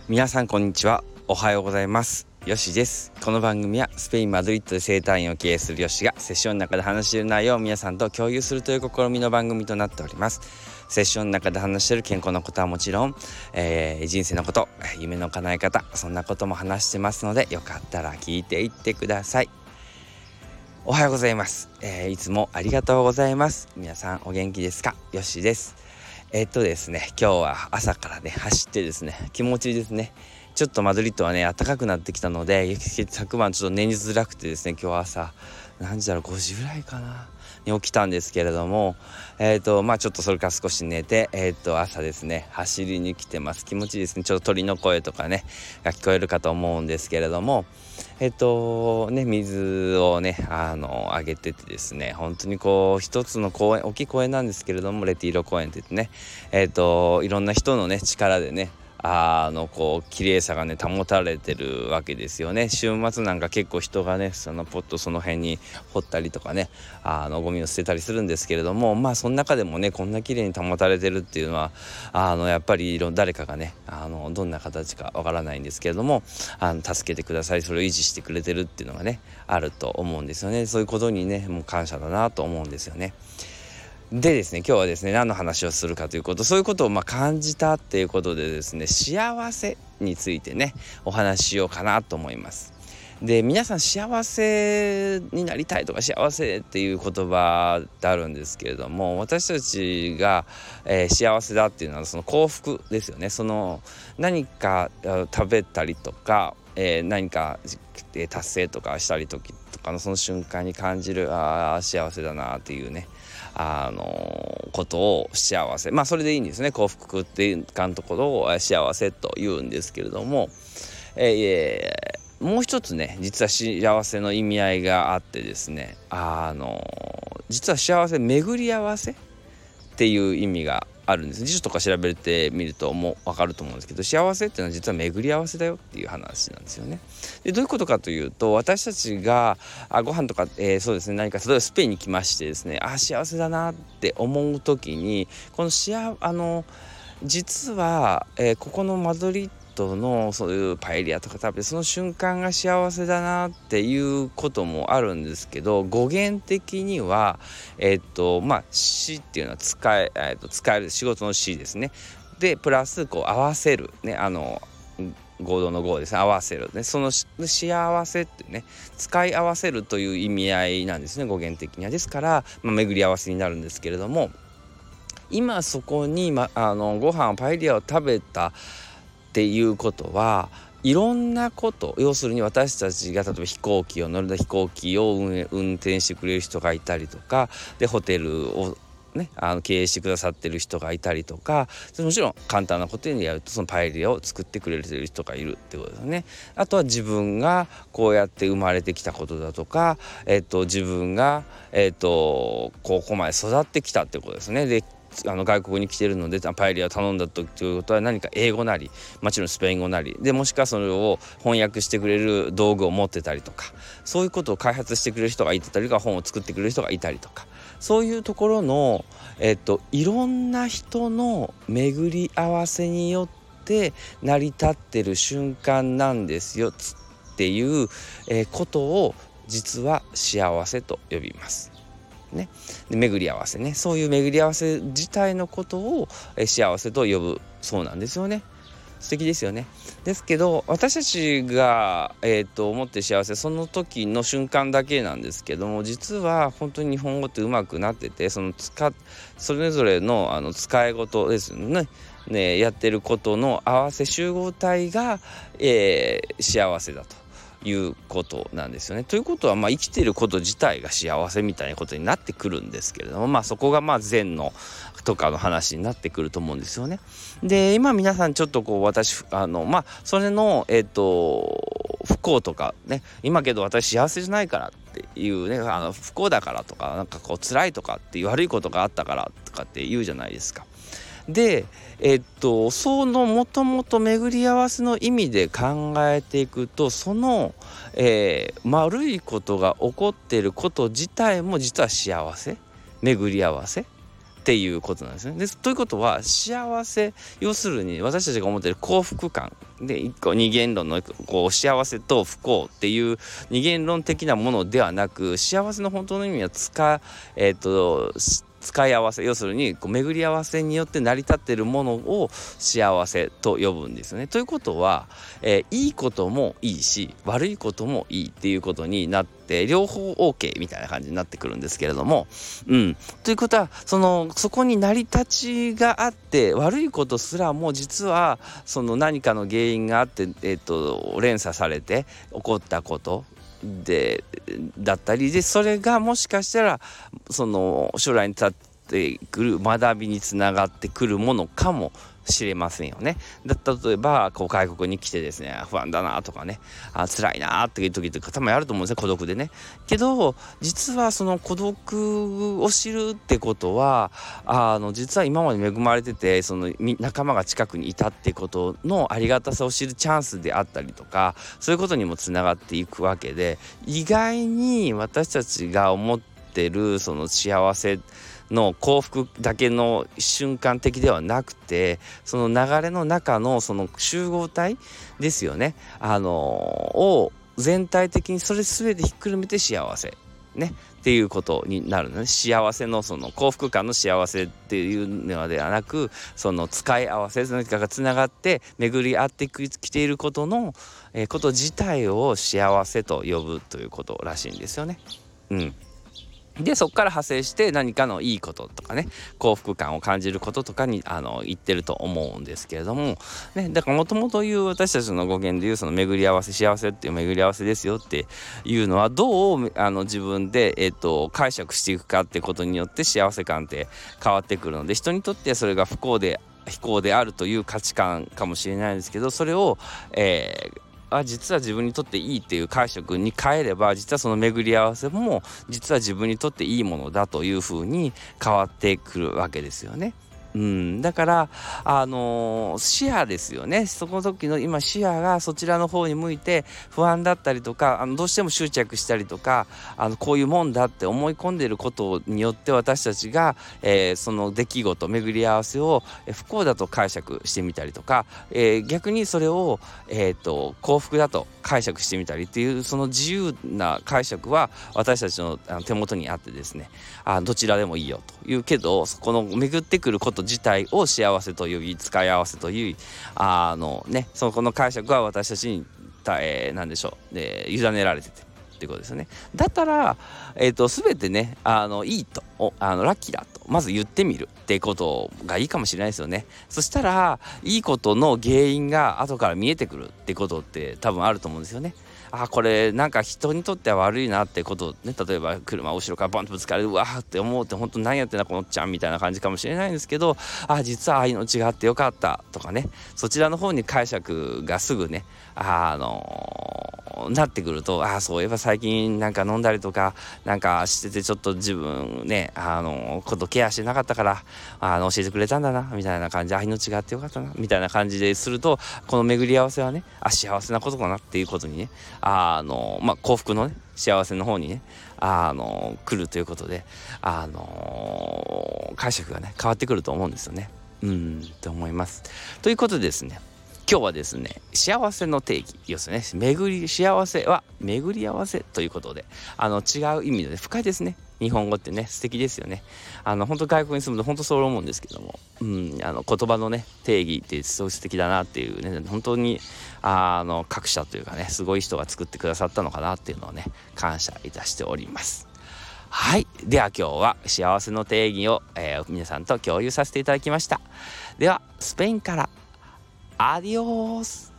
皆さんこんにちは。おはようございます。よしです。この番組はスペイン・マドリッドで整体院を経営するよしがセッションの中で話している内容を皆さんと共有するという試みの番組となっております。セッションの中で話している健康のことはもちろん、人生のこと、夢の叶え方、そんなことも話してますので、よかったら聞いていってください。おはようございます。いつもありがとうございます。皆さんお元気ですか？よしです。ですね、今日は朝からね走ってですね、気持ちいいですね。ちょっとマドリッドはね暖かくなってきたので、昨晩ちょっと寝づらくてですね、今日朝何時だろう、5時ぐらいかなに起きたんですけれども、ちょっとそれから少し寝て、朝ですね走りに来てます。気持ちいいですね。ちょっと鳥の声とかねが聞こえるかと思うんですけれども、水をねあげててですね、本当にこう一つの公園、大きい公園なんですけれども、レティーロ公園って言ってね、いろんな人のね力でね綺麗さがね保たれてるわけですよね。週末なんか結構人がねそのポットその辺に掘ったりとかねゴミを捨てたりするんですけれども、その中でもねこんな綺麗に保たれてるっていうのはやっぱり誰かがねどんな形かわからないんですけれども助けてください、それを維持してくれてるっていうのがねあると思うんですよね。そういうことにねもう感謝だなと思うんですよね。でですね、今日はですね何の話をするかということ、そういうことを感じたっていうことでですね、幸せについてねお話ししようかなと思います。で、皆さん幸せになりたいとか幸せっていう言葉ってあるんですけれども、私たちが、幸せだっていうのはその幸福ですよね。その何か食べたりとか、何か達成とかしたりとかのその瞬間に感じる幸せだなっていうねことを幸せ、それでいいんですね。幸福っていうかんところを幸せと言うんですけれども、もう一つね実は幸せの意味合いがあってですね、実は幸せ巡り合わせっていう意味があるんです。辞書とか調べてみると分かると思うんですけど、幸せっていうのは実は巡り合わせだよっていう話なんですよね。で、どういうことかというと、私たちがご飯とか、そうですね、何か例えばスペインに来ましてですね、幸せだなって思う時にこの実は、ここのマドリッドのそういうパエリアとか食べてその瞬間が幸せだなっていうこともあるんですけど、語源的には死っていうのは使える仕事の死ですね。でプラス合わせるね、合同の合ですね、合わせるね、その幸せってね使い合わせるという意味合いなんですね、語源的には。ですから、巡り合わせになるんですけれども、今そこに、ご飯パエリアを食べたっていうことはいろんなこと、要するに私たちが例えば飛行機を乗る飛行機を運転してくれる人がいたりとかで、ホテルをね経営してくださってる人がいたりとか、もちろん簡単なことにやるとそのパエリアを作ってくれる人がいるってことですね。あとは自分がこうやって生まれてきたことだとか、自分がここまで育ってきたってことですね。で外国に来てるのでパエリアを頼んだということは何か英語なりもちろんスペイン語なりで、もしくはそれを翻訳してくれる道具を持ってたりとか、そういうことを開発してくれる人がいてたりとか、本を作ってくれる人がいたりとか、そういうところの、いろんな人の巡り合わせによって成り立ってる瞬間なんですよっていう、ことを実は幸せと呼びますね。で巡り合わせね、そういう巡り合わせ自体のことを幸せと呼ぶそうなんですよね。素敵ですよね。ですけど私たちが、思って幸せその時の瞬間だけなんですけども、実は本当に日本語ってうまくなってて、それぞれの使い事ですよね。やってることの合わせ集合体が、幸せだということなんですよね。ということは生きていること自体が幸せみたいなことになってくるんですけれども、そこが禅のとかの話になってくると思うんですよね。で今皆さんちょっと私それの不幸とかね、今けど私幸せじゃないからっていうね、不幸だからとか辛いとかっていう悪いことがあったからとかって言うじゃないですか。でそのもともと巡り合わせの意味で考えていくと、その、悪いことが起こっていること自体も実は幸せ、巡り合わせっていうことなんですね。ということは幸せ、要するに私たちが思っている幸福感で二元論の幸せと不幸っていう二元論的なものではなく、幸せの本当の意味は使い合わせ、要するに巡り合わせによって成り立っているものを幸せと呼ぶんですよね。ということは、いいこともいいし悪いこともいいっていうことになって、両方 OK みたいな感じになってくるんですけれども、ということはそこに成り立ちがあって、悪いことすらも実はその何かの原因があって、連鎖されて起こったことだったりで、それがもしかしたらその将来に立ってくる学びにつながってくるものかもしれませんよね。例えば外国に来てですね、不安だなとかね、辛いなっていう時とかたまにあると思うんですね、孤独でね。けど実はその孤独を知るってことは実は今まで恵まれてて、その仲間が近くにいたってことのありがたさを知るチャンスであったりとか、そういうことにもつながっていくわけで、意外に私たちが思ってるその幸せの幸福だけの瞬間的ではなくて、その流れの中のその集合体ですよね、を全体的にそれ全てひっくるめて幸せねっていうことになるのね。幸せのその幸福感の幸せっていうのではなく、その使い合わせ、何かがつながって巡り合ってきていることの、こと自体を幸せと呼ぶということらしいんですよね。でそこから派生して何かのいいこととかね、幸福感を感じることとかに言ってると思うんですけれどもね。だからもともと言う私たちの語源でいうその巡り合わせ、幸せっていう巡り合わせですよっていうのは、どう自分で、解釈していくかってことによって幸せ感って変わってくるので、人にとってそれが不幸で非幸であるという価値観かもしれないですけど、それを、実は自分にとっていいっていう解釈に変えれば、実はその巡り合わせも実は自分にとっていいものだというふうに変わってくるわけですよね。だから視野ですよね。その時の今視野がそちらの方に向いて不安だったりとか、どうしても執着したりとか、こういうもんだって思い込んでいることによって、私たちが、その出来事、巡り合わせを不幸だと解釈してみたりとか、逆にそれを、幸福だと解釈してみたりっていう、その自由な解釈は私たちの手元にあってですね、どちらでもいいよというけど、そこの巡ってくること自体を幸せと呼び、使い合わせというそこの解釈は私たちに何でしょう、委ねられててっていうことですよね。だったら、全てねいいとラッキーだとまず言ってみるってことがいいかもしれないですよね。そしたらいいことの原因が後から見えてくるってことって多分あると思うんですよね。これなんか人にとっては悪いなってことね、例えば車を後ろからバンとぶつかる、うわーって思うって本当に何やってんだこのおっちゃんみたいな感じかもしれないんですけど、実は命があってよかったとかね、そちらの方に解釈がすぐねなってくると、そういえば最近なんか飲んだりとかなんかしてて、ちょっと自分ねことケアしてなかったから教えてくれたんだなみたいな感じで、命があってよかったなみたいな感じですると、この巡り合わせはね幸せなことかなっていうことにね幸福のね幸せの方にね来るということで解釈がね変わってくると思うんですよね。と思います。ということでですね、今日はですね幸せの定義、要するにね幸せは巡り合わせということで違う意味で、ね、深いですね。日本語ってね素敵ですよね。本当外国に住むと本当そう思うんですけども、言葉のね定義ってすごい素敵だなっていうね、本当に各社というかねすごい人が作ってくださったのかなっていうのをね感謝いたしております。はい、では今日は幸せの定義を、皆さんと共有させていただきました。ではスペインからアディオース。